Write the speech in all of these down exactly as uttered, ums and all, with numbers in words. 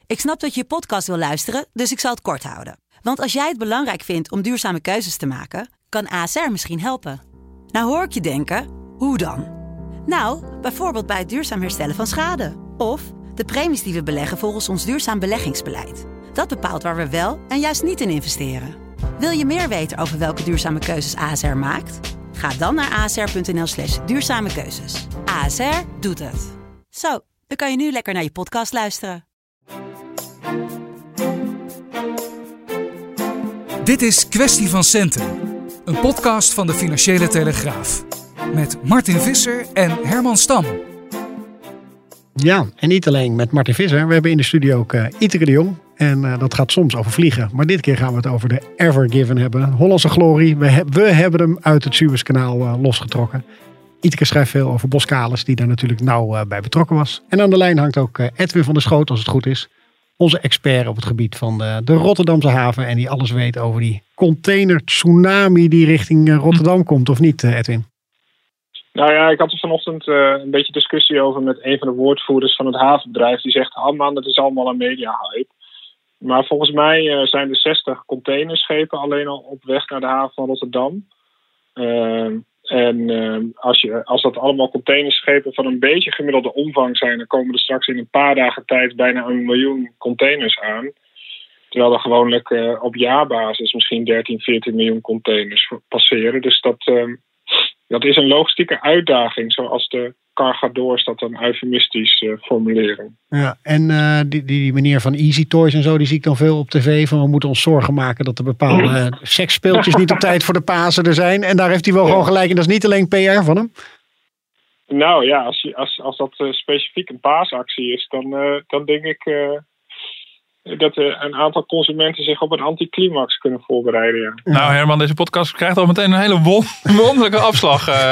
Ik snap dat je je podcast wil luisteren, dus ik zal het kort houden. Want als jij het belangrijk vindt om duurzame keuzes te maken, kan A S R misschien helpen. Nou hoor ik je denken, hoe dan? Nou, bijvoorbeeld bij het duurzaam herstellen van schade. Of de premies die we beleggen volgens ons duurzaam beleggingsbeleid. Dat bepaalt waar we wel en juist niet in investeren. Wil je meer weten over welke duurzame keuzes A S R maakt? Ga dan naar asr.nl slash duurzame keuzes. A S R doet het. Zo, dan kan je nu lekker naar je podcast luisteren. Dit is Kwestie van Centen, een podcast van de Financiële Telegraaf. Met Martin Visser en Herman Stam. Ja, en niet alleen met Martin Visser. We hebben in de studio ook uh, Iteke de Jong. En uh, dat gaat soms over vliegen. Maar dit keer gaan we het over de Ever Given hebben. Hollandse glorie. We, he- we hebben hem uit het Suezkanaal uh, losgetrokken. Iteke schrijft veel over Boskalis, die daar natuurlijk nauw uh, bij betrokken was. En aan de lijn hangt ook uh, Edwin van der Schoot, als het goed is. Onze expert op het gebied van de, de Rotterdamse haven. En die alles weet over die container tsunami die richting uh, Rotterdam komt. Of niet, uh, Edwin? Nou ja, ik had er vanochtend uh, een beetje discussie over met een van de woordvoerders van het havenbedrijf. Die zegt, ah man, dat is allemaal een media-hype. Maar volgens mij uh, zijn er zestig containerschepen alleen al op weg naar de haven van Rotterdam. Uh, en uh, als, je, als dat allemaal containerschepen van een beetje gemiddelde omvang zijn, dan komen er straks in een paar dagen tijd bijna een miljoen containers aan. Terwijl er gewoonlijk uh, op jaarbasis misschien dertien, veertien miljoen containers passeren. Dus dat, uh, dat is een logistieke uitdaging, zoals de cargadors dat dan eufemistisch uh, formuleren. Ja, en uh, die, die meneer van Easy Toys en zo, die zie ik dan veel op tv. Van we moeten ons zorgen maken dat er bepaalde uh, seksspeeltjes niet op tijd voor de Pasen er zijn. En daar heeft hij wel ja. gewoon gelijk. En dat is niet alleen P R van hem. Nou ja, als, je, als, als dat uh, specifiek een paasactie is, dan, uh, dan denk ik uh, dat uh, een aantal consumenten zich op een anticlimax kunnen voorbereiden. Ja. Nou Herman, deze podcast krijgt al meteen een hele won- wonderlijke afslag. Uh.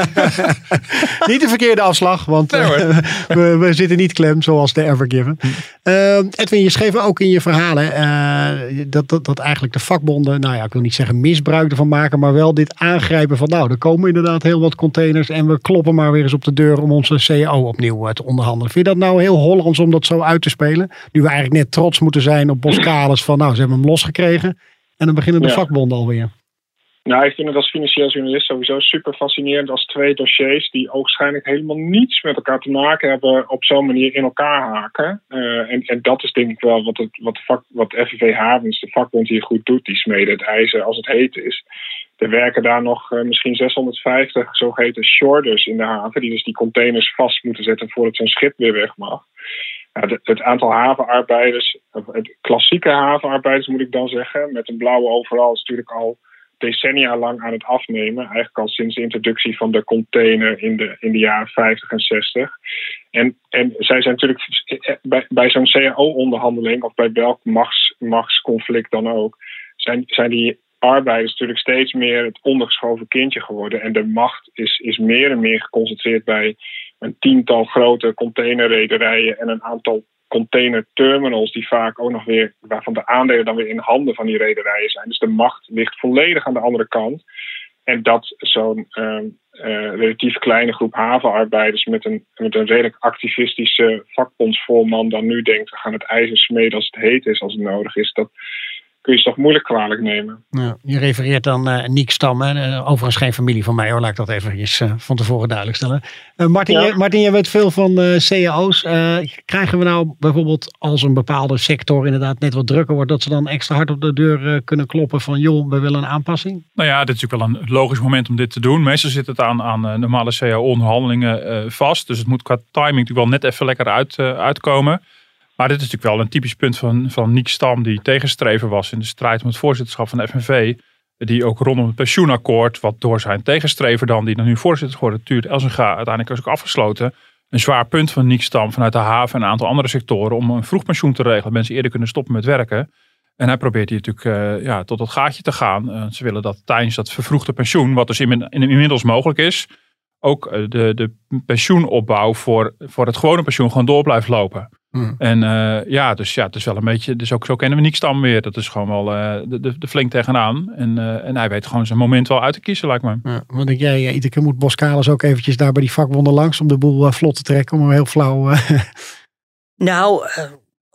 Niet de verkeerde afslag, want nee, uh, we, we zitten niet klem zoals de Ever Given. Uh, Edwin, je schreef ook in je verhalen uh, dat, dat, dat eigenlijk de vakbonden, nou ja, ik wil niet zeggen misbruik ervan maken, maar wel dit aangrijpen van nou, er komen inderdaad heel wat containers en we kloppen maar weer eens op de deur om onze C A O opnieuw uh, te onderhandelen. Vind je dat nou heel Hollands om dat zo uit te spelen? Nu we eigenlijk net trots moeten zijn op Boskalis van nou, ze hebben hem losgekregen en dan beginnen de ja. vakbonden alweer. Nou, ik vind het als financieel journalist sowieso super fascinerend als twee dossiers die ogenschijnlijk helemaal niets met elkaar te maken hebben op zo'n manier in elkaar haken. Uh, en, en dat is denk ik wel wat, het, wat, de vak, wat F N V Havens, de vakbond hier goed doet. Die smeden het ijzer als het heet is. Er werken daar nog uh, misschien zeshonderdvijftig zogeheten shorters in de haven, die dus die containers vast moeten zetten voordat zo'n schip weer weg mag. Nou, het aantal havenarbeiders, het klassieke havenarbeiders moet ik dan zeggen, met een blauwe overal is natuurlijk al decennia lang aan het afnemen. Eigenlijk al sinds de introductie van de container in de, in de jaren vijftig en zestig. En, en zij zijn natuurlijk bij, bij zo'n C A O-onderhandeling of bij welk machts, machtsconflict dan ook, zijn, zijn die arbeiders natuurlijk steeds meer het ondergeschoven kindje geworden. En de macht is, is meer en meer geconcentreerd bij een tiental grote containerrederijen en een aantal containerterminals die vaak ook nog weer, waarvan de aandelen dan weer in handen van die rederijen zijn. Dus de macht ligt volledig aan de andere kant. En dat zo'n uh, uh, relatief kleine groep havenarbeiders met een, met een redelijk activistische vakbondsvoorman dan nu denkt, we gaan het ijzer smeden als het heet is, als het nodig is, dat kun je ze toch moeilijk kwalijk nemen. Ja, je refereert dan uh, Niek Stam, hè? Uh, overigens geen familie van mij hoor, laat ik dat even uh, van tevoren duidelijk stellen. Uh, Martin, ja. je, Martin, jij weet veel van uh, C A O's. Uh, krijgen we nou bijvoorbeeld als een bepaalde sector inderdaad net wat drukker wordt, dat ze dan extra hard op de deur uh, kunnen kloppen van joh, we willen een aanpassing? Nou ja, dit is natuurlijk wel een logisch moment om dit te doen. Meestal zit het aan, aan uh, normale C A O-onderhandelingen uh, vast. Dus het moet qua timing natuurlijk wel net even lekker uit, uh, uitkomen. Maar dit is natuurlijk wel een typisch punt van, van Niek Stam, die tegenstrever was in de strijd om het voorzitterschap van de F N V. Die ook rondom het pensioenakkoord, wat door zijn tegenstrever dan, die dan nu voorzitter is geworden, Tuurt Elsinga, uiteindelijk is ook afgesloten. Een zwaar punt van Niek Stam vanuit de haven en een aantal andere sectoren om een vroeg pensioen te regelen. Mensen eerder kunnen stoppen met werken. En hij probeert hier natuurlijk uh, ja, tot dat gaatje te gaan. Uh, ze willen dat tijdens dat vervroegde pensioen, wat dus in, in, inmiddels mogelijk is, ook uh, de, de pensioenopbouw voor, voor het gewone pensioen gewoon door blijft lopen. Hmm. En uh, ja, dus ja, het is wel een beetje, dus ook zo kennen we Niek Stam weer. Dat is gewoon wel uh, de, de, de flink tegenaan. En, uh, en hij weet gewoon zijn moment wel uit te kiezen, lijkt me. Ja, want denk jij, iedere keer moet Boskalis ook eventjes daar bij die vakbonden langs om de boel uh, vlot te trekken, om hem heel flauw. Uh... Nou, uh,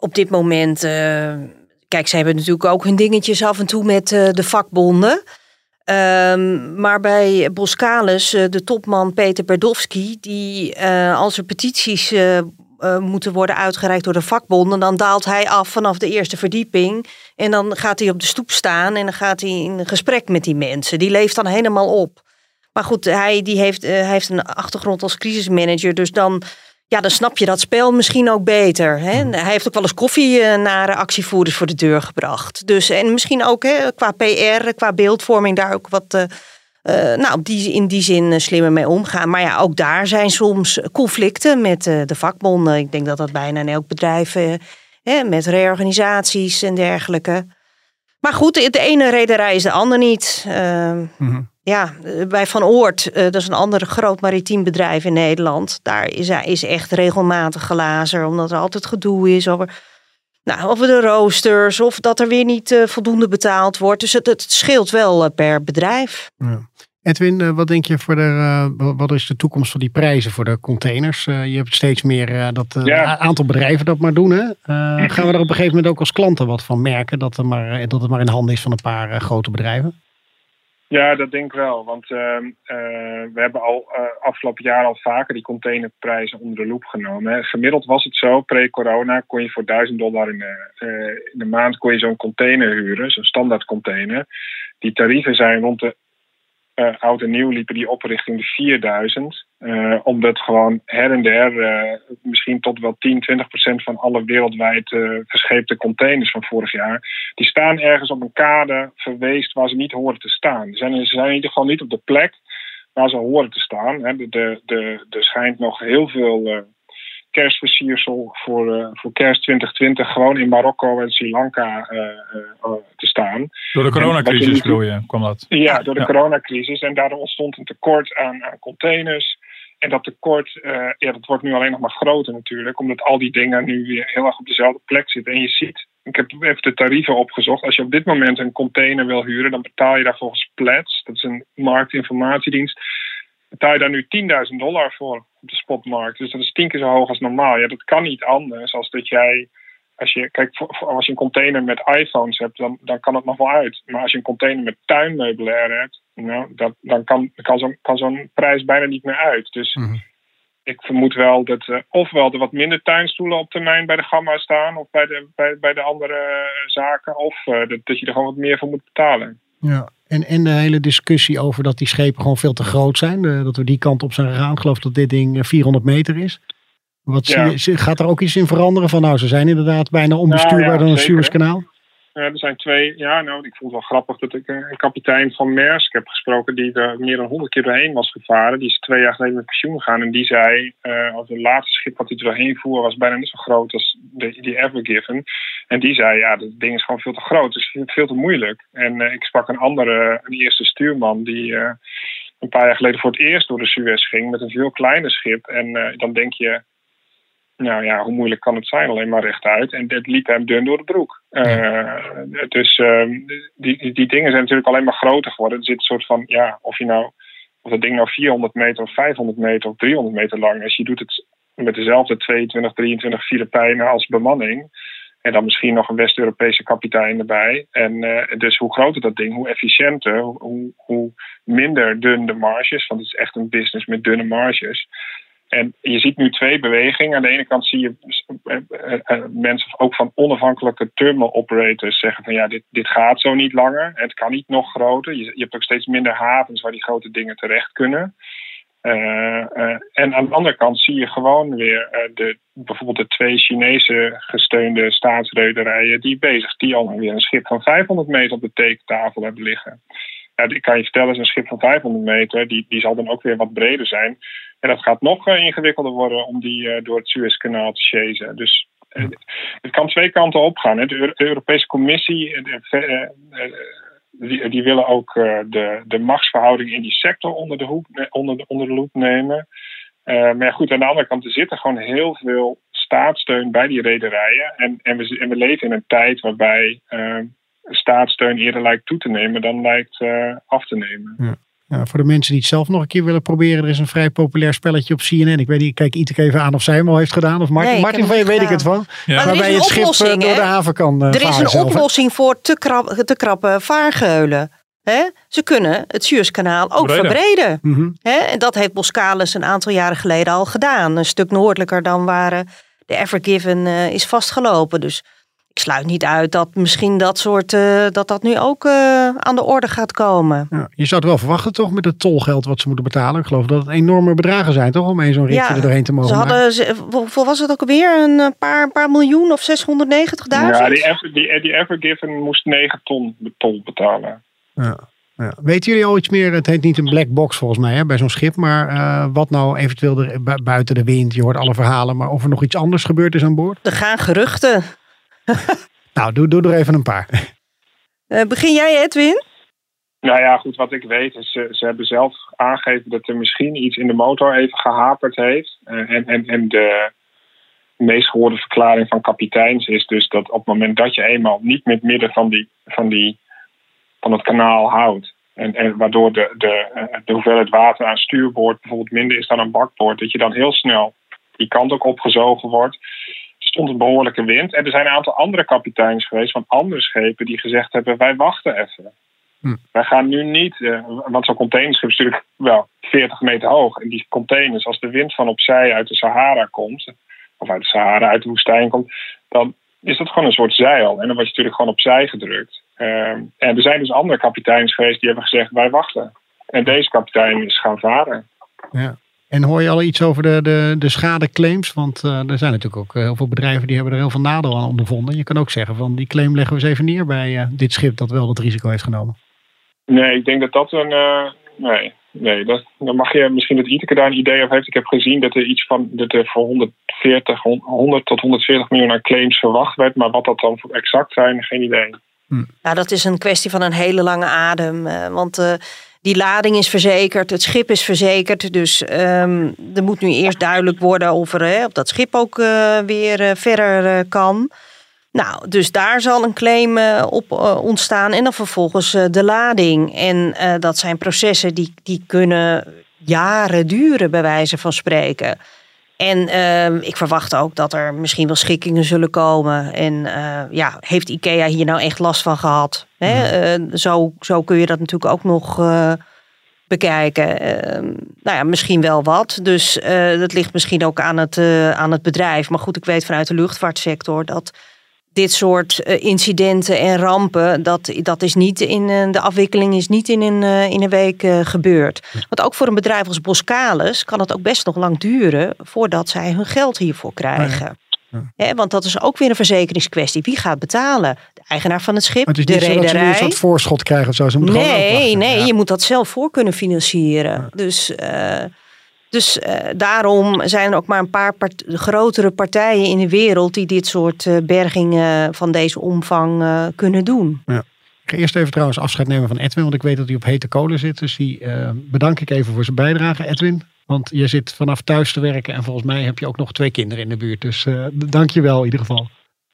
op dit moment... Uh, kijk, ze hebben natuurlijk ook hun dingetjes af en toe met uh, de vakbonden. Um, maar bij Boskalis, uh, de topman Peter Berdowski... die uh, als er petities uh, uh, moeten worden uitgereikt door de vakbonden... dan daalt hij af vanaf de eerste verdieping... en dan gaat hij op de stoep staan en dan gaat hij in gesprek met die mensen. Die leeft dan helemaal op. Maar goed, hij, die heeft, uh, hij heeft een achtergrond als crisismanager... dus dan... Ja, dan snap je dat spel misschien ook beter. Hè? Hij heeft ook wel eens koffie naar actievoerders voor de deur gebracht. Dus, en misschien ook hè, qua P R, qua beeldvorming daar ook wat... Uh, uh, nou, die, in die zin uh, slimmer mee omgaan. Maar ja, ook daar zijn soms conflicten met uh, de vakbonden. Ik denk dat dat bijna in elk bedrijf... Uh, hè, met reorganisaties en dergelijke. Maar goed, de ene rederij is de ander niet. Uh, mm-hmm. Ja, bij Van Oort, uh, dat is een ander groot maritiem bedrijf in Nederland. Daar is, is echt regelmatig glazer, omdat er altijd gedoe is over, nou, over de roosters... of dat er weer niet uh, voldoende betaald wordt. Dus het, het scheelt wel uh, per bedrijf. Ja. Edwin, uh, wat denk je voor de, uh, wat is de toekomst van die prijzen voor de containers? Uh, je hebt steeds meer uh, dat uh, ja. aantal bedrijven dat maar doen. Hè? Uh, gaan we er op een gegeven moment ook als klanten wat van merken? Dat, er maar, dat het maar in handen is van een paar uh, grote bedrijven? Ja, dat denk ik wel. Want uh, uh, we hebben al uh, afgelopen jaar al vaker die containerprijzen onder de loep genomen. Hè. Gemiddeld was het zo, pre-corona kon je voor duizend dollar in de, uh, in de maand kon je zo'n container huren, zo'n standaard container. Die tarieven zijn rond de uh, oud en nieuw liepen die op richting de vierduizend. Uh, omdat gewoon her en der uh, misschien tot wel tien, twintig procent van alle wereldwijd uh, verscheepte containers van vorig jaar, die staan ergens op een kade verweest waar ze niet horen te staan. Ze zijn, ze zijn in ieder geval niet op de plek waar ze horen te staan. Hè. De, de, de, er schijnt nog heel veel uh, kerstversiersel voor, uh, voor kerst twintig twintig gewoon in Marokko en Sri Lanka uh, uh, te staan. Door de coronacrisis bedoel je, kwam dat? Ja, door de ja. coronacrisis. En daardoor ontstond een tekort aan, aan containers. En dat tekort, uh, ja, dat wordt nu alleen nog maar groter natuurlijk. Omdat al die dingen nu weer heel erg op dezelfde plek zitten. En je ziet, ik heb even de tarieven opgezocht. Als je op dit moment een container wil huren, dan betaal je daar volgens Platts. Dat is een marktinformatiedienst. Betaal je daar nu tienduizend dollar voor op de spotmarkt. Dus dat is tien keer zo hoog als normaal. Ja, dat kan niet anders als dat jij... Als je, kijk, als je een container met iPhones hebt, dan, dan kan het nog wel uit. Maar als je een container met tuinmeubilair hebt, nou, dat, dan kan, kan, zo'n, kan zo'n prijs bijna niet meer uit. Dus mm-hmm. ik vermoed wel dat uh, ofwel er wat minder tuinstoelen op termijn bij de Gamma staan, of bij de, bij, bij de andere uh, zaken, of uh, dat, dat je er gewoon wat meer voor moet betalen. Ja, en, en de hele discussie over dat die schepen gewoon veel te groot zijn, de, dat we die kant op zijn gegaan. Ik geloof dat dit ding vierhonderd meter is. Wat ja. zie je, gaat er ook iets in veranderen? Van nou, ze zijn inderdaad bijna onbestuurbaar nou, ja, dan een Suezkanaal. Ja, er zijn twee. Ja, nou, ik vond het wel grappig dat ik een kapitein van Maersk heb gesproken die er meer dan honderd keer doorheen was gevaren. Die is twee jaar geleden met pensioen gegaan en die zei, uh, als het laatste schip wat hij er doorheen voer was bijna net zo groot als de, die Ever Given. En die zei, ja, dat ding is gewoon veel te groot. Dus veel te moeilijk. En uh, ik sprak een andere, een eerste stuurman die uh, een paar jaar geleden voor het eerst door de Suez ging met een veel kleiner schip. En uh, dan denk je, nou ja, hoe moeilijk kan het zijn? Alleen maar rechtuit. En dit liep hem dun door de broek. Uh, dus uh, die, die, die dingen zijn natuurlijk alleen maar groter geworden. Er zit een soort van, ja, of je nou, of dat ding nou vierhonderd meter of vijfhonderd meter of driehonderd meter lang is. Je doet het met dezelfde tweeëntwintig, drieëntwintig Filipijnen als bemanning. En dan misschien nog een West-Europese kapitein erbij. En uh, dus hoe groter dat ding, hoe efficiënter, hoe, hoe minder dun de marges. Want het is echt een business met dunne marges. En je ziet nu twee bewegingen. Aan de ene kant zie je uh, uh, uh, mensen ook van onafhankelijke terminal operators zeggen van ja, dit, dit gaat zo niet langer. Het kan niet nog groter. Je, je hebt ook steeds minder havens waar die grote dingen terecht kunnen. Uh, uh, en aan de andere kant zie je gewoon weer uh, de, bijvoorbeeld de twee Chinese gesteunde staatsrederijen die bezig, die al weer een schip van vijfhonderd meter op de tekentafel hebben liggen. Ja, ik kan je vertellen, een schip van vijfhonderd meter, die, die zal dan ook weer wat breder zijn. En dat gaat nog uh, ingewikkelder worden om die uh, door het Suezkanaal te chasen. Dus uh, het kan twee kanten op gaan. Hè. De, Euro- de Europese Commissie, uh, uh, uh, die, die willen ook uh, de, de machtsverhouding in die sector onder de, hoek, onder de, onder de loep nemen. Uh, maar ja, goed, aan de andere kant, er zitten gewoon heel veel staatssteun bij die rederijen. En, en, we, en we leven in een tijd waarbij uh, staatssteun eerder lijkt toe te nemen dan lijkt uh, af te nemen. Ja. Ja, voor de mensen die het zelf nog een keer willen proberen. Er is een vrij populair spelletje op C N N. Ik weet niet, kijk Iteke even aan of zij hem al heeft gedaan. Of Martin, Nee, Martin van je weet ik het van. Ja. Maar Waarbij je het schip uh, door de haven kan uh, Er is een zelf, oplossing voor te, krap, te krappe vaargeulen. Hè? Ze kunnen het Suezkanaal ook Breder. verbreden. Mm-hmm. Hè? En dat heeft Boskalis een aantal jaren geleden al gedaan. Een stuk noordelijker dan waar uh, de Ever Given uh, is vastgelopen. Dus ik sluit niet uit dat misschien dat soort uh, dat dat nu ook uh, aan de orde gaat komen. Ja, je zou het wel verwachten toch met het tolgeld wat ze moeten betalen. Ik geloof dat het enorme bedragen zijn toch om een zo'n ritje Ja, er doorheen te mogen Ze maken. hadden, ze, hoeveel was het ook alweer? Een paar, paar miljoen of zeshonderdnegentigduizend? Ja, die, Ever, die, die Evergiven moest negen ton tol betalen. Ja, ja. Weten jullie al iets meer? Het heet niet een black box volgens mij hè, bij zo'n schip. Maar uh, wat nou eventueel er, bu- buiten de wind. Je hoort alle verhalen. Maar of er nog iets anders gebeurd is aan boord? Er gaan geruchten. Nou, doe, doe er even een paar. Uh, begin jij, Edwin? Nou ja, goed, wat ik weet is, ze, ze hebben zelf aangegeven dat er misschien iets in de motor even gehaperd heeft. Uh, en, en, en de meest gehoorde verklaring van kapiteins is dus dat op het moment dat je eenmaal niet meer het midden van, die, van, die, van het kanaal houdt. En, en waardoor de, de, de hoeveelheid water aan stuurboord bijvoorbeeld minder is dan aan bakboord. Dat je dan heel snel die kant ook opgezogen wordt. Er stond een behoorlijke wind. En er zijn een aantal andere kapiteins geweest van andere schepen die gezegd hebben, wij wachten even. Hm. Wij gaan nu niet, uh, want zo'n containerschip is natuurlijk wel veertig meter hoog. En die containers, als de wind van opzij uit de Sahara komt, of uit de Sahara, uit de woestijn komt, dan is dat gewoon een soort zeil. En dan word je natuurlijk gewoon opzij gedrukt. Uh, en er zijn dus andere kapiteins geweest die hebben gezegd, wij wachten. En deze kapitein is gaan varen. Ja. En hoor je al iets over de, de, de schadeclaims? Want uh, er zijn natuurlijk ook heel veel bedrijven die hebben er heel veel nadeel aan ondervonden. Je kan ook zeggen van die claim leggen we eens even neer bij uh, dit schip dat wel dat risico heeft genomen. Nee, ik denk dat dat een... Uh, nee, nee dat, dan mag je misschien dat Iteke daar een idee over heeft. Ik heb gezien dat er iets van dat er voor honderdveertig, honderd tot honderdveertig miljoen aan claims verwacht werd. Maar wat dat dan voor exact zijn, geen idee. Hm. Nou, dat is een kwestie van een hele lange adem. Uh, want uh, die lading is verzekerd, het schip is verzekerd. Dus um, er moet nu eerst duidelijk worden of, er, hè, of dat schip ook uh, weer uh, verder uh, kan. Nou, dus daar zal een claim uh, op uh, ontstaan en dan vervolgens uh, de lading. En uh, dat zijn processen die, die kunnen jaren duren, bij wijze van spreken. En uh, ik verwacht ook dat er misschien wel schikkingen zullen komen. En uh, ja, heeft IKEA hier nou echt last van gehad? Hè? Uh, zo, zo kun je dat natuurlijk ook nog uh, bekijken. Uh, nou ja, misschien wel wat. Dus uh, dat ligt misschien ook aan het, uh, aan het bedrijf. Maar goed, ik weet vanuit de luchtvaartsector dat dit soort uh, incidenten en rampen, dat, dat is niet in uh, de afwikkeling is niet in een, uh, in een week uh, gebeurd. Want ook voor een bedrijf als Boskalis kan het ook best nog lang duren voordat zij hun geld hiervoor krijgen. Ja, ja. He, want dat is ook weer een verzekeringskwestie. Wie gaat betalen? De eigenaar van het schip, maar het de is niet rederij. Zo dat ze een soort voorschot krijgen of zo. Ze moeten nee, nee, ja. je moet dat zelf voor kunnen financieren. Ja. Dus... Uh, Dus uh, daarom zijn er ook maar een paar part- grotere partijen in de wereld die dit soort uh, bergingen van deze omvang uh, kunnen doen. Ja. Ik ga eerst even trouwens afscheid nemen van Edwin, want ik weet dat hij op hete kolen zit. Dus die uh, bedank ik even voor zijn bijdrage, Edwin. Want je zit vanaf thuis te werken en volgens mij heb je ook nog twee kinderen in de buurt. Dus uh, dank je wel in ieder geval.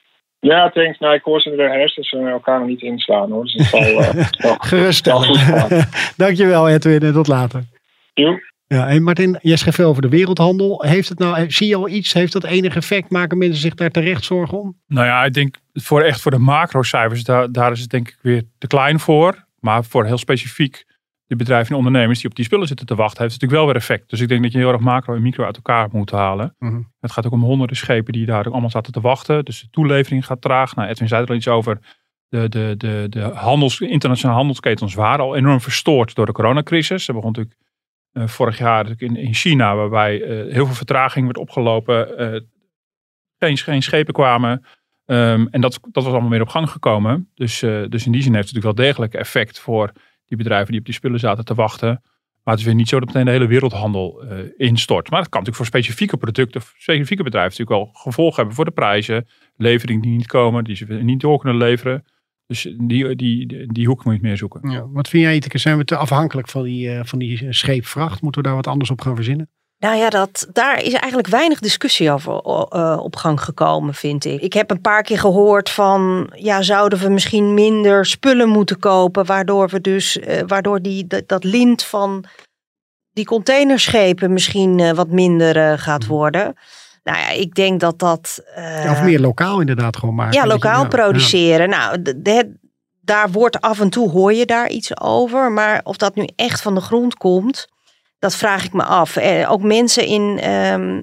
Ja, thanks. Nou, ik hoor ze er hersens en elkaar nog niet inslaan hoor. Dus het zal, uh, wel, geruststellend. Dank je wel, Edwin, en tot later. Jo. Ja, en Martin, jij schreef veel over de wereldhandel. Heeft het nou, zie je al iets? Heeft dat enig effect? Maken mensen zich daar terecht zorgen om? Nou ja, ik denk voor echt voor de macrocijfers, daar, daar is het denk ik weer te klein voor. Maar voor heel specifiek de bedrijven en ondernemers die op die spullen zitten te wachten, heeft het natuurlijk wel weer effect. Dus ik denk dat je heel erg macro en micro uit elkaar moet halen. Mm-hmm. Het gaat ook om honderden schepen die daar allemaal zaten te wachten. Dus de toelevering gaat traag. Nou, Edwin zei er al iets over. De, de, de, de handels, internationale handelsketens waren al enorm verstoord door de coronacrisis. Ze begon natuurlijk Uh, vorig jaar in, in China, waarbij uh, heel veel vertraging werd opgelopen. Uh, geen, geen schepen kwamen. Um, en dat, dat was allemaal weer op gang gekomen. Dus, uh, dus in die zin heeft het natuurlijk wel degelijk effect voor die bedrijven die op die spullen zaten te wachten. Maar het is weer niet zo dat meteen de hele wereldhandel uh, instort. Maar dat kan natuurlijk voor specifieke producten, of specifieke bedrijven natuurlijk wel gevolgen hebben voor de prijzen. Leveringen die niet komen, die ze niet door kunnen leveren. Dus die, die, die, die hoek moet je meer zoeken. Ja, wat vind jij, Iteke? Zijn we te afhankelijk van die, uh, van die scheepvracht? Moeten we daar wat anders op gaan verzinnen? Nou ja, dat, daar is eigenlijk weinig discussie over uh, op gang gekomen, vind ik. Ik heb een paar keer gehoord van, ja, zouden we misschien minder spullen moeten kopen, waardoor we dus, uh, waardoor die, dat, dat lint van die containerschepen misschien uh, wat minder uh, gaat worden. Nou ja, ik denk dat dat... Uh, ja, of meer lokaal inderdaad gewoon maken. Ja, lokaal je, produceren. Ja. Nou, de, de, daar wordt af en toe, hoor je daar iets over. Maar of dat nu echt van de grond komt, dat vraag ik me af. Eh, ook mensen in... Um,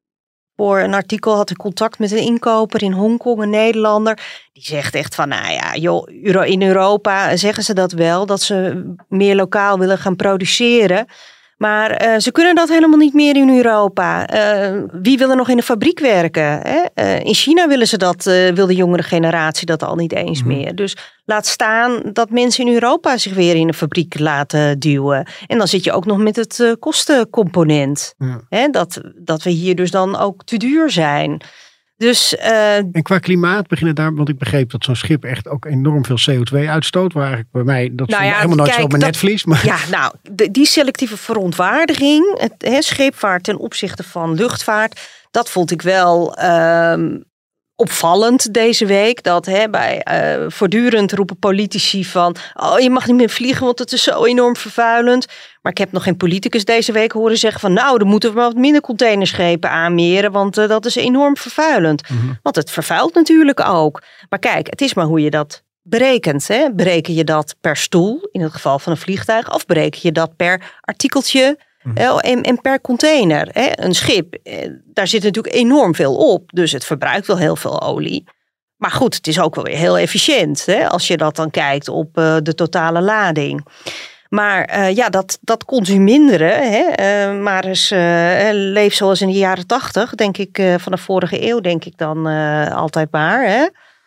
voor een artikel had ik contact met een inkoper in Hongkong, een Nederlander. Die zegt echt van, nou ja, joh, in Europa zeggen ze dat wel, dat ze meer lokaal willen gaan produceren. Maar uh, ze kunnen dat helemaal niet meer in Europa. Uh, wie wil er nog in een fabriek werken? Hè? Uh, in China willen ze dat, uh, wil de jongere generatie dat al niet eens mm-hmm. meer. Dus laat staan dat mensen in Europa zich weer in een fabriek laten duwen. En dan zit je ook nog met het uh, kostencomponent. Ja. Hè? Dat, dat we hier dus dan ook te duur zijn. Dus, uh, en qua klimaat beginnen daar, want ik begreep dat zo'n schip echt ook enorm veel C O twee uitstoot. Waar eigenlijk bij mij, dat nou ja, helemaal nooit kijk, zo op mijn netvlies. Maar... Ja, nou, de, die selectieve verontwaardiging, het, he, scheepvaart ten opzichte van luchtvaart, dat vond ik wel um, opvallend deze week. Dat he, bij uh, voortdurend roepen politici van, oh, je mag niet meer vliegen, want het is zo enorm vervuilend. Maar ik heb nog geen politicus deze week horen zeggen van, nou, dan moeten we maar wat minder containerschepen aanmeren, want uh, dat is enorm vervuilend. Mm-hmm. Want het vervuilt natuurlijk ook. Maar kijk, het is maar hoe je dat berekent. Hè? Bereken je dat per stoel, in het geval van een vliegtuig, of bereken je dat per artikeltje mm-hmm. uh, en, en per container. Hè? Een schip, uh, daar zit natuurlijk enorm veel op, dus het verbruikt wel heel veel olie. Maar goed, het is ook wel weer heel efficiënt, hè? Als je dat dan kijkt op uh, de totale lading. Maar uh, ja, dat, dat consuminderen, hè, uh, maar eens uh, leef zoals in de jaren tachtig, denk ik, uh, van de vorige eeuw, denk ik dan uh, altijd maar. Hè?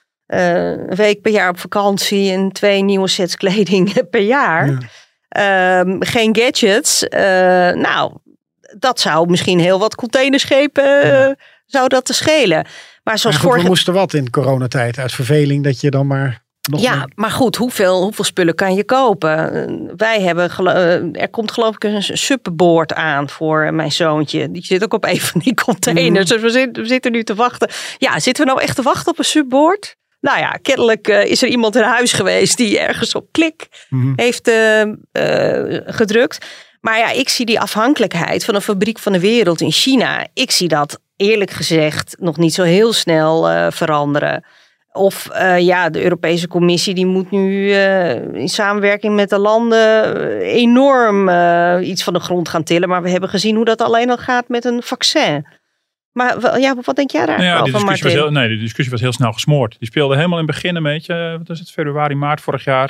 Uh, een week per jaar op vakantie en twee nieuwe sets kleding per jaar. Ja. Uh, geen gadgets. Uh, nou, dat zou misschien heel wat containerschepen, uh, ja. zou dat te schelen. Maar zoals goed, vorige... we moesten wat in coronatijd uit verveling, dat je dan maar... Nog ja, meer... maar goed, hoeveel, hoeveel spullen kan je kopen? Wij hebben, er komt geloof ik een subboard aan voor mijn zoontje. Die zit ook op een van die containers. Mm. Dus we zitten, we zitten nu te wachten. Ja, zitten we nou echt te wachten op een subboard? Nou ja, kennelijk uh, is er iemand in huis geweest die ergens op klik mm. heeft uh, uh, gedrukt. Maar ja, ik zie die afhankelijkheid van een fabriek van de wereld in China. Ik zie dat eerlijk gezegd nog niet zo heel snel uh, veranderen. Of uh, ja, de Europese Commissie die moet nu uh, in samenwerking met de landen enorm uh, iets van de grond gaan tillen. Maar we hebben gezien hoe dat alleen al gaat met een vaccin. Maar ja, wat denk jij daar nou ja, over, die discussie Martin? was heel, nee, die discussie was heel snel gesmoord. Die speelde helemaal in het begin een beetje, wat is het, februari, maart vorig jaar.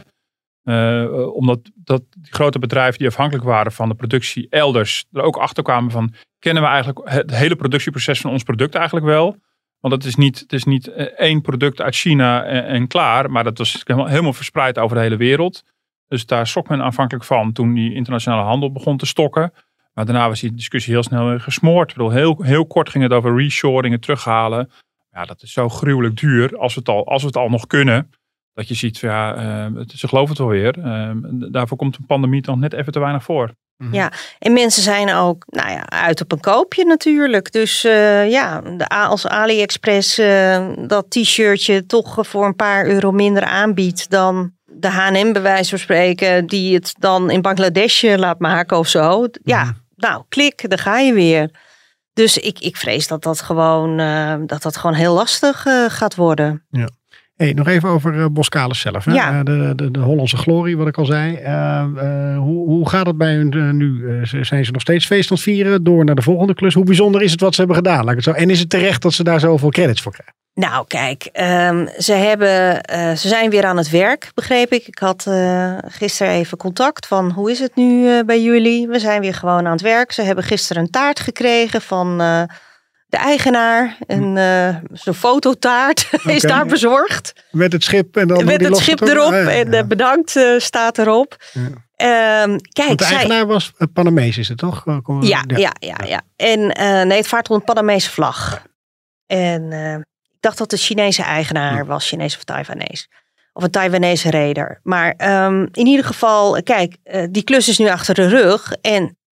Uh, omdat dat die grote bedrijven die afhankelijk waren van de productie elders er ook achter kwamen van, kennen we eigenlijk het hele productieproces van ons product eigenlijk wel? Want het is niet, het is niet één product uit China en, en klaar, maar dat was helemaal, helemaal verspreid over de hele wereld. Dus daar schrok men aanvankelijk van toen die internationale handel begon te stokken. Maar daarna was die discussie heel snel gesmoord. Ik bedoel, heel, heel kort ging het over reshoringen, terughalen. Ja, dat is zo gruwelijk duur als we het al, als we het al nog kunnen. Dat je ziet, ja, uh, het, ze geloven het wel weer. Uh, daarvoor komt een pandemie dan net even te weinig voor. Ja, en mensen zijn ook nou ja, uit op een koopje natuurlijk. Dus uh, ja, de, als AliExpress uh, dat t-shirtje toch voor een paar euro minder aanbiedt dan de H en M bij wijze van spreken, die het dan in Bangladesh laat maken of zo. Ja, mm. nou, klik, daar ga je weer. Dus ik, ik vrees dat dat gewoon, uh, dat dat gewoon heel lastig uh, gaat worden. Ja. Hey, nog even over uh, Boskalis zelf. Hè? Ja. Uh, de, de, de Hollandse glorie, wat ik al zei. Uh, uh, hoe, hoe gaat het bij hun uh, nu? Uh, zijn ze nog steeds feest aan het vieren? Door naar de volgende klus. Hoe bijzonder is het wat ze hebben gedaan? Laat ik het zo. En is het terecht dat ze daar zoveel credits voor krijgen? Nou, kijk, um, ze, hebben, uh, ze zijn weer aan het werk, begreep ik. Ik had uh, gisteren even contact van, hoe is het nu uh, bij jullie? We zijn weer gewoon aan het werk. Ze hebben gisteren een taart gekregen van uh, de eigenaar. Een uh, zo'n fototaart okay. is daar bezorgd. Met het schip en dan Met het schip erop ah, ja, en uh, bedankt uh, staat erop. Ja. Um, kijk, Want de eigenaar zij... was uh, Panamees, is het toch? Ja, ja, ja. ja, ja. En uh, nee, het vaart onder Panamese vlag. En uh, ik dacht dat de Chinese eigenaar ja. was, Chinees of Taiwanese. Of een Taiwanese reder. Maar um, in ieder geval, kijk, uh, die klus is nu achter de rug. En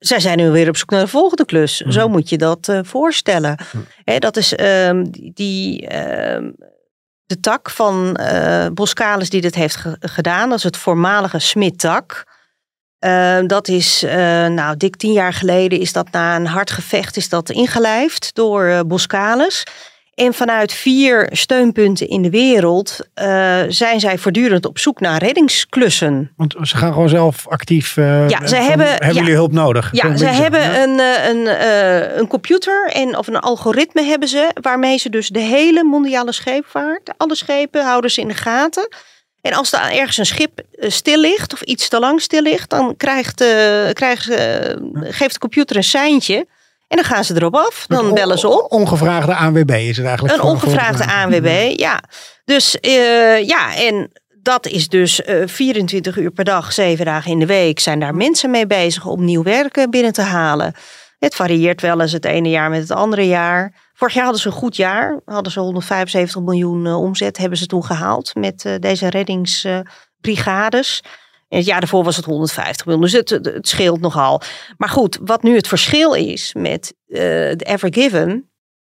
zij zijn nu weer op zoek naar de volgende klus. Mm. Zo moet je dat uh, voorstellen. Mm. He, dat is um, die... Um, de tak van uh, Boskalis die dit heeft ge- gedaan. Dat is het voormalige Smit-tak. Uh, dat is, uh, nou, dik tien jaar geleden is dat na een hard gevecht is dat ingelijfd door uh, Boskalis. En vanuit vier steunpunten in de wereld uh, zijn zij voortdurend op zoek naar reddingsklussen. Want ze gaan gewoon zelf actief. Uh, ja, ze van, hebben, hebben ja, jullie hulp nodig? Ja, ze hebben ja? een, een, een, een computer en of een algoritme hebben ze, waarmee ze dus de hele mondiale scheepvaart, alle schepen houden ze in de gaten. En als er ergens een schip stil ligt of iets te lang stil ligt, dan krijgt, uh, krijgt, uh, geeft de computer een seintje. En dan gaan ze erop af. Dan on, bellen ze op. Ongevraagde A N W B is het eigenlijk. Een ongevraagde A N W B, ja. Dus uh, ja, en dat is dus uh, vierentwintig uur per dag, zeven dagen in de week zijn daar mensen mee bezig om nieuw werk binnen te halen. Het varieert wel eens het ene jaar met het andere jaar. Vorig jaar hadden ze een goed jaar. Hadden ze honderdvijfenzeventig miljoen uh, omzet hebben ze toen gehaald met uh, deze reddingsbrigades. Uh, En het jaar daarvoor was het honderdvijftig miljoen. Dus het, het scheelt nogal. Maar goed, wat nu het verschil is met uh, de Ever Given.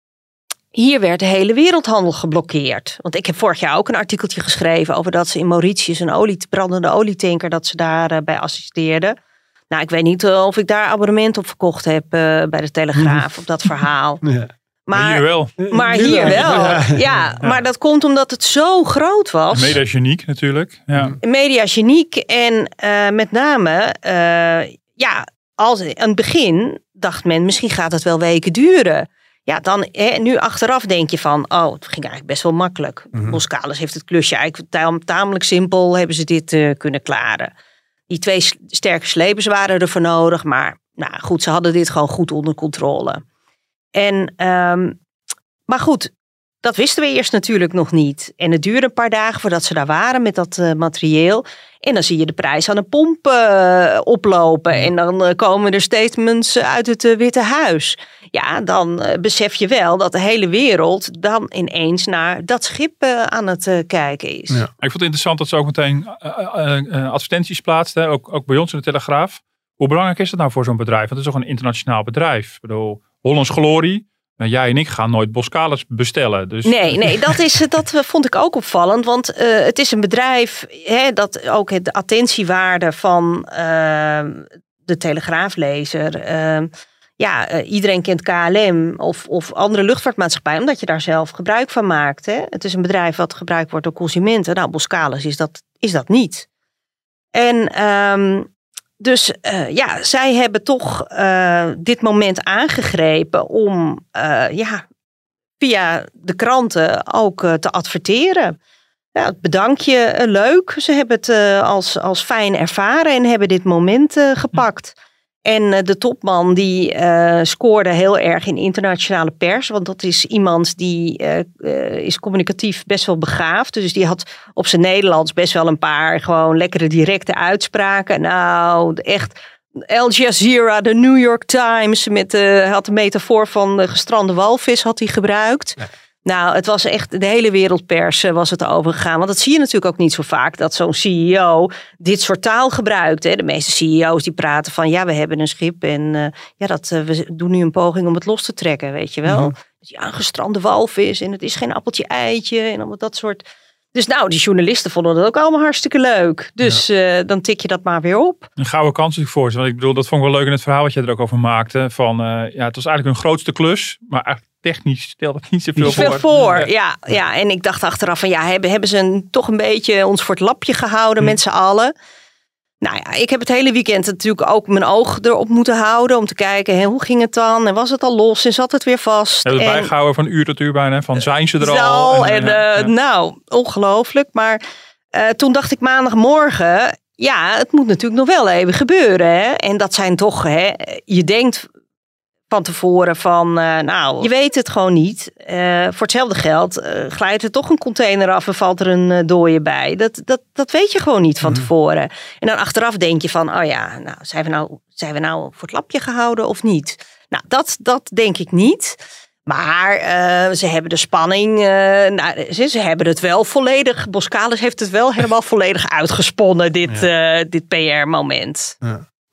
Hier werd de hele wereldhandel geblokkeerd. Want ik heb vorig jaar ook een artikeltje geschreven over dat ze in Mauritius een olie, brandende olietanker, dat ze daarbij uh, assisteerden. Nou, ik weet niet uh, of ik daar abonnement op verkocht heb uh, bij de Telegraaf op dat verhaal. Ja. Maar hier wel. Maar hier wel, ja. ja. Maar dat komt omdat het zo groot was. Mediageniek natuurlijk. Ja. Mediageniek en uh, met name, uh, ja, als, aan het begin dacht men, misschien gaat het wel weken duren. Ja, dan, hè, nu achteraf denk je van, oh, het ging eigenlijk best wel makkelijk. Mm-hmm. Boskalis heeft het klusje eigenlijk tam, tamelijk simpel, hebben ze dit uh, kunnen klaren. Die twee sterke slepers waren er voor nodig, maar nou goed, ze hadden dit gewoon goed onder controle. En, um, maar goed, dat wisten we eerst natuurlijk nog niet. En het duurde een paar dagen voordat ze daar waren met dat uh, materieel. En dan zie je de prijs aan de pomp uh, oplopen. En dan uh, komen er statements uit het uh, Witte Huis. Ja, dan uh, besef je wel dat de hele wereld dan ineens naar dat schip uh, aan het uh, kijken is. Ja. Ik vond het interessant dat ze ook meteen uh, uh, uh, advertenties plaatsten. Ook, ook bij ons in de Telegraaf. Hoe belangrijk is dat nou voor zo'n bedrijf? Want het is toch een internationaal bedrijf. Ik bedoel, Hollands Glorie. Nou, jij en ik gaan nooit Boskalis bestellen. Dus. Nee, nee dat, is, dat vond ik ook opvallend. Want uh, het is een bedrijf hè, dat ook de attentiewaarde van uh, de Telegraaflezer. Uh, ja, uh, iedereen kent K L M of, of andere luchtvaartmaatschappijen, omdat je daar zelf gebruik van maakt. Hè. Het is een bedrijf wat gebruikt wordt door consumenten. Nou, Boskalis is dat, is dat niet. En Um, Dus uh, ja, zij hebben toch uh, dit moment aangegrepen om uh, ja, via de kranten ook uh, te adverteren. Ja, het bedankje, uh, leuk. Ze hebben het uh, als, als fijn ervaren en hebben dit moment uh, gepakt. En uh, de topman die uh, scoorde heel erg in internationale pers. Want dat is iemand die uh, uh, is communicatief best wel begaafd. Dus die had op zijn Nederlands best wel een paar gewoon lekkere directe uitspraken. Nou, echt Al Jazeera, de New York Times. Met uh, had de metafoor van de gestrande walvis had hij gebruikt. Ja. Nou, het was echt, de hele wereldpers was het overgegaan. Want dat zie je natuurlijk ook niet zo vaak, dat zo'n C E O dit soort taal gebruikt. Hè. De meeste C E O's die praten van, ja, we hebben een schip en uh, ja, dat, uh, we doen nu een poging om het los te trekken, weet je wel. Mm-hmm. Ja, een gestrande walvis en het is geen appeltje eitje en allemaal dat soort. Dus nou, die journalisten vonden dat ook allemaal hartstikke leuk. Dus ja. uh, dan tik je dat maar weer op. Een gouden kans natuurlijk voor ze. Want ik bedoel, dat vond ik wel leuk in het verhaal wat je er ook over maakte. Van, uh, ja, het was eigenlijk hun grootste klus, maar eigenlijk technisch stelde het niet zoveel voor. Veel voor, ja. Ja, ja. En ik dacht achteraf van ja, hebben, hebben ze een, toch een beetje ons voor het lapje gehouden hm. met z'n allen. Nou ja, ik heb het hele weekend natuurlijk ook mijn oog erop moeten houden. Om te kijken, hé, hoe ging het dan? En was het al los en zat het weer vast? We hebben het bijgehouden van uur tot uur bijna. Van zijn ze er al? al en, en, uh, ja. Nou, ongelooflijk. Maar uh, toen dacht ik maandagmorgen, ja, het moet natuurlijk nog wel even gebeuren. Hè? En dat zijn toch, hè, je denkt van tevoren van, uh, nou, je weet het gewoon niet. Uh, voor hetzelfde geld uh, glijdt er toch een container af en valt er een uh, dooie bij. Dat, dat, dat weet je gewoon niet van mm-hmm. tevoren. En dan achteraf denk je van, oh ja, nou, zijn we nou, zijn we nou voor het lapje gehouden of niet? Nou, dat, dat denk ik niet. Maar uh, ze hebben de spanning, uh, nou, ze, ze hebben het wel volledig, Boskalis heeft het wel helemaal volledig uitgesponnen, dit, ja. uh, dit P R-moment. Ja.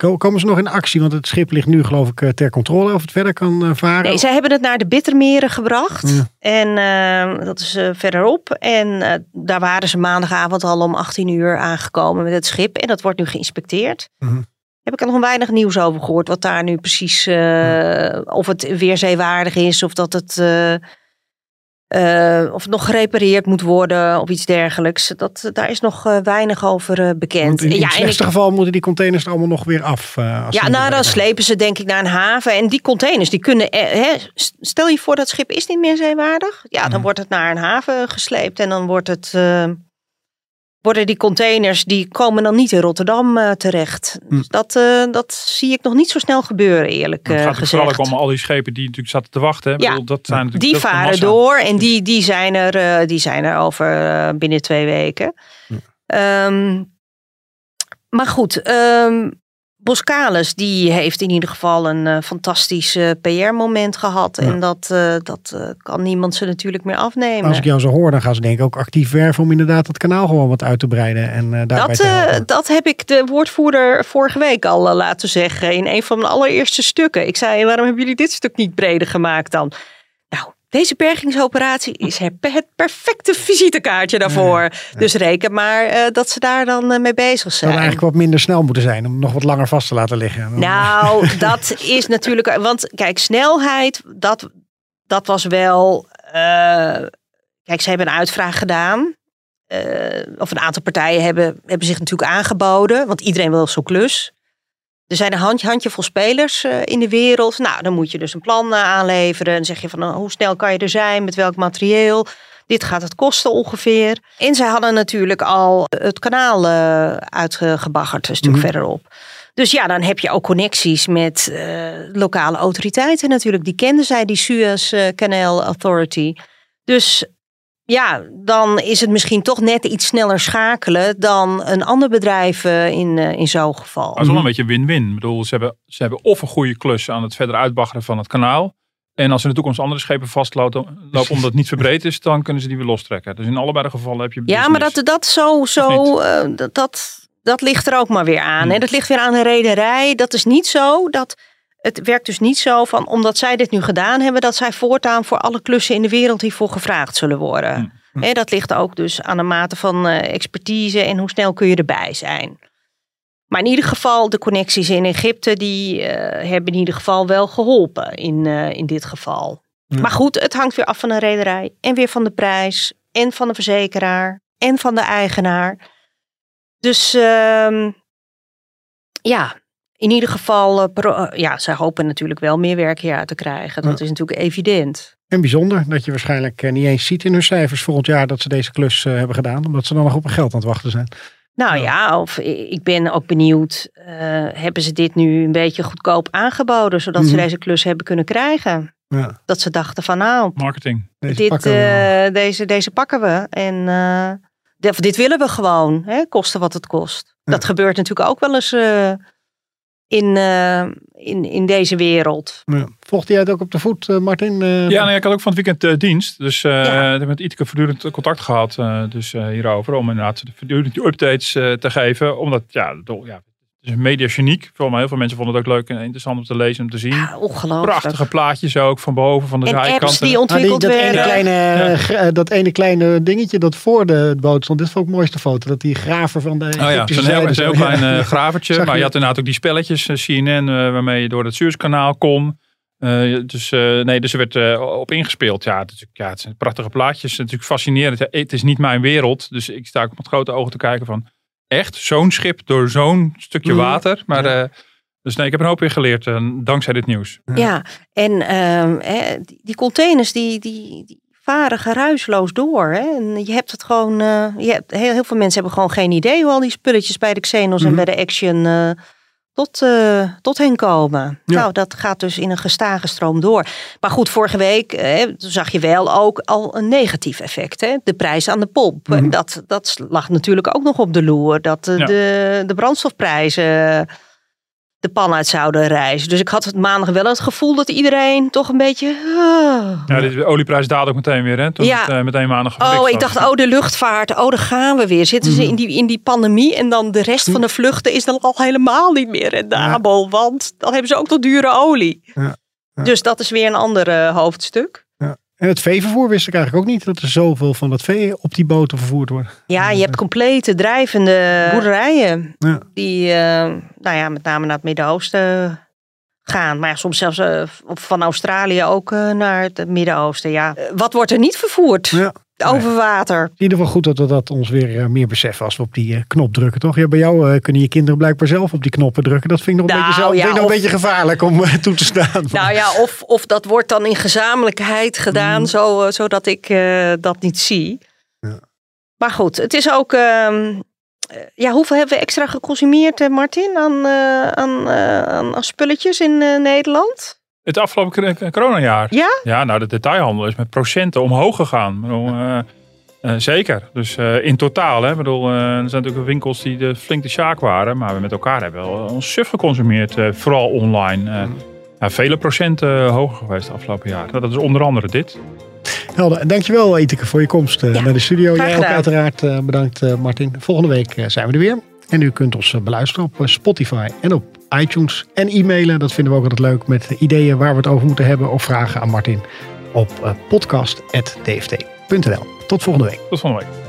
Komen ze nog in actie? Want het schip ligt nu geloof ik ter controle of het verder kan uh, varen. Nee, zij hebben het naar de Bittermeren gebracht. Ja. En uh, dat is uh, verderop. En uh, daar waren ze maandagavond al om achttien uur aangekomen met het schip. En dat wordt nu geïnspecteerd. Uh-huh. Heb ik er nog weinig nieuws over gehoord. Wat daar nu precies, uh, uh. of het weer zeewaardig is. Of dat het... Uh, Uh, of het nog gerepareerd moet worden of iets dergelijks. Dat, daar is nog uh, weinig over uh, bekend. Want in, in ja, het slechtste ik, geval moeten die containers er allemaal nog weer af. Uh, als ja, nou dan slepen ze denk ik naar een haven. En die containers, die kunnen... Eh, hè, stel je voor dat schip is niet meer zeewaardig. Ja, dan hmm. wordt het naar een haven gesleept. En dan wordt het... Uh, worden die containers, die komen dan niet in Rotterdam uh, terecht. Hm. Dus dat, uh, dat zie ik nog niet zo snel gebeuren, eerlijk uh, gezegd. Het gaat vooral ook om al die schepen die natuurlijk zaten te wachten. Hè? Ja, bedoel, dat zijn die varen door en die, die, zijn er, uh, die zijn er over uh, binnen twee weken. Hm. Um, maar goed, um, Boskalis die heeft in ieder geval een uh, fantastisch uh, P R-moment gehad. Ja. En dat, uh, dat uh, kan niemand ze natuurlijk meer afnemen. Als ik jou zo hoor, dan gaan ze denk ik ook actief werven om inderdaad het kanaal gewoon wat uit te breiden. En, uh, daarbij dat, te helpen. Uh, dat heb ik de woordvoerder vorige week al uh, laten zeggen in een van mijn allereerste stukken. Ik zei, waarom hebben jullie dit stuk niet breder gemaakt dan? Nou, deze bergingsoperatie is het perfecte visitekaartje daarvoor. Ja, ja. Dus reken maar uh, dat ze daar dan uh, mee bezig zijn. Dat eigenlijk wat minder snel moeten zijn om nog wat langer vast te laten liggen. Nou, dat is natuurlijk... Want kijk, snelheid, dat, dat was wel... Uh, kijk, ze hebben een uitvraag gedaan. Uh, of een aantal partijen hebben, hebben zich natuurlijk aangeboden. Want iedereen wil zo'n klus. Er zijn een hand, handjevol spelers uh, in de wereld. Nou, dan moet je dus een plan uh, aanleveren. Dan zeg je van uh, hoe snel kan je er zijn, met welk materieel. Dit gaat het kosten ongeveer. En zij hadden natuurlijk al het kanaal uh, uitgebaggerd, een stuk mm-hmm. verderop. Dus ja, dan heb je ook connecties met uh, lokale autoriteiten natuurlijk. Die kenden zij, die Suez uh, Canal Authority. Dus... ja, dan is het misschien toch net iets sneller schakelen dan een ander bedrijf in, in zo'n geval. Dat is wel een beetje win-win. Ik bedoel, ze hebben, ze hebben of een goede klus aan het verder uitbaggeren van het kanaal. En als er in de toekomst andere schepen vastlopen omdat het niet verbreed is, dan kunnen ze die weer lostrekken. Dus in allebei de gevallen heb je business. Ja, maar dat, dat zo, zo uh, dat, dat, dat ligt er ook maar weer aan. Hmm. Hè? Dat ligt weer aan de rederij. Dat is niet zo dat... Het werkt dus niet zo van, omdat zij dit nu gedaan hebben, dat zij voortaan voor alle klussen in de wereld hiervoor gevraagd zullen worden. Mm. Mm. He, dat ligt ook dus aan de mate van uh, expertise en hoe snel kun je erbij zijn. Maar in ieder geval, de connecties in Egypte, die uh, hebben in ieder geval wel geholpen in, uh, in dit geval. Mm. Maar goed, het hangt weer af van de rederij en weer van de prijs en van de verzekeraar en van de eigenaar. Dus uh, ja... In ieder geval, uh, ja, zij hopen natuurlijk wel meer werk hieruit te krijgen. Dat ja. is natuurlijk evident. En bijzonder dat je waarschijnlijk uh, niet eens ziet in hun cijfers volgend jaar dat ze deze klus uh, hebben gedaan. Omdat ze dan nog op hun geld aan het wachten zijn. Nou ja, ja of ik ben ook benieuwd. Uh, hebben ze dit nu een beetje goedkoop aangeboden. Zodat mm-hmm. ze deze klus hebben kunnen krijgen. Ja. Dat ze dachten van nou, marketing. Deze, dit, pakken, we. Uh, deze, deze pakken we. En uh, dit, dit willen we gewoon. Hè, kosten wat het kost. Ja. Dat gebeurt natuurlijk ook wel eens... Uh, In, uh, in, in deze wereld. Ja. Volgde jij het ook op de voet, uh, Martin? Uh, ja, nou, ik had ook van het weekend uh, dienst. Dus uh, ja. ik heb met Iteke voortdurend contact gehad dus, uh, hierover. Om inderdaad voortdurend die updates uh, te geven. Omdat, ja, do, ja, het is media geniek. Voor heel veel mensen vonden het ook leuk en interessant om te lezen en te zien. Ja, ongelooflijk. Prachtige plaatjes ook van boven, van de en zijkanten. Apps die ontwikkeld ah, die, dat werden. Ene kleine, ja. Dat ene kleine dingetje dat voor de boot stond. Dit vond ik de mooiste foto. Dat die graver van de... Oh ja, zo'n heel, een heel klein uh, gravertje. Ja. Maar je had inderdaad ook die spelletjes, uh, C N N, uh, waarmee je door het Suezkanaal kon. Uh, dus uh, nee, dus er werd uh, op ingespeeld. Ja, het, ja, het zijn prachtige plaatjes. Het is natuurlijk fascinerend. Het is niet mijn wereld. Dus ik sta ook met grote ogen te kijken van... Echt, zo'n schip door zo'n stukje water. Maar ja. uh, dus nee, ik heb een hoop weer geleerd uh, dankzij dit nieuws. Ja, ja. En uh, die containers die, die, die varen geruisloos door. Hè? En je hebt het gewoon... Uh, je hebt, heel, heel veel mensen hebben gewoon geen idee hoe al die spulletjes bij de Xenos mm-hmm. en bij de Action uh, tot, uh, tot hen komen. Ja. Nou, dat gaat dus in een gestage stroom door. Maar goed, vorige week uh, zag je wel ook al een negatief effect. Hè? De prijs aan de pomp. Mm-hmm. Dat, dat lag natuurlijk ook nog op de loer. Dat uh, ja. de, de brandstofprijzen de pan uit zouden rijzen. Dus ik had het maandag wel het gevoel dat iedereen toch een beetje... Uh. Ja, de olieprijs daalde ook meteen weer, hè? Toen ja. het uh, meteen maandag Oh, ik dacht, oh, de luchtvaart, oh, daar gaan we weer. Zitten ze in die, in die pandemie en dan de rest van de vluchten is dan al helemaal niet meer rendabel. Ja. Want dan hebben ze ook nog dure olie. Ja. Ja. Dus dat is weer een ander uh, hoofdstuk. Ja. En het veevervoer wist ik eigenlijk ook niet dat er zoveel van dat vee op die boten vervoerd wordt. Ja, je hebt complete drijvende boerderijen. Ja. Die, uh, nou ja, met name naar het Midden-Oosten gaan. Maar ja, soms zelfs uh, van Australië ook uh, naar het Midden-Oosten. Ja. Uh, wat wordt er niet vervoerd? Ja. Over water. In ieder geval goed dat we dat ons weer uh, meer beseffen als we op die uh, knop drukken, toch? Ja, bij jou uh, kunnen je kinderen blijkbaar zelf op die knoppen drukken. Dat vind ik nog een, nou, beetje, zelf, ja, vind ik nog of, een beetje gevaarlijk om uh, toe te staan. Nou ja, of, of dat wordt dan in gezamenlijkheid gedaan, mm. zo, uh, zodat ik uh, dat niet zie. Ja. Maar goed, het is ook... Uh, ja, hoeveel hebben we extra geconsumeerd, uh, Martin, aan, uh, aan, uh, aan, aan spulletjes in uh, Nederland? Het afgelopen coronajaar? Ja? Ja, nou de detailhandel is met procenten omhoog gegaan. Ik bedoel, uh, uh, zeker. Dus uh, in totaal, hè. Ik bedoel, uh, er zijn natuurlijk winkels die de, flink de sjaak waren. Maar we met elkaar hebben wel ons suf geconsumeerd. Uh, vooral online. Uh, mm. uh, vele procenten hoger geweest het afgelopen jaar. Dat is onder andere dit. Helder. Dankjewel, Iteke, voor je komst uh, ja, naar de studio. Jij ook uiteraard uh, bedankt, uh, Martin. Volgende week uh, zijn we er weer. En u kunt ons uh, beluisteren op uh, Spotify en op iTunes en e-mailen. Dat vinden we ook altijd leuk met ideeën waar we het over moeten hebben. Of vragen aan Martin op uh, podcast punt d f t punt n l. Tot volgende week. Tot volgende week.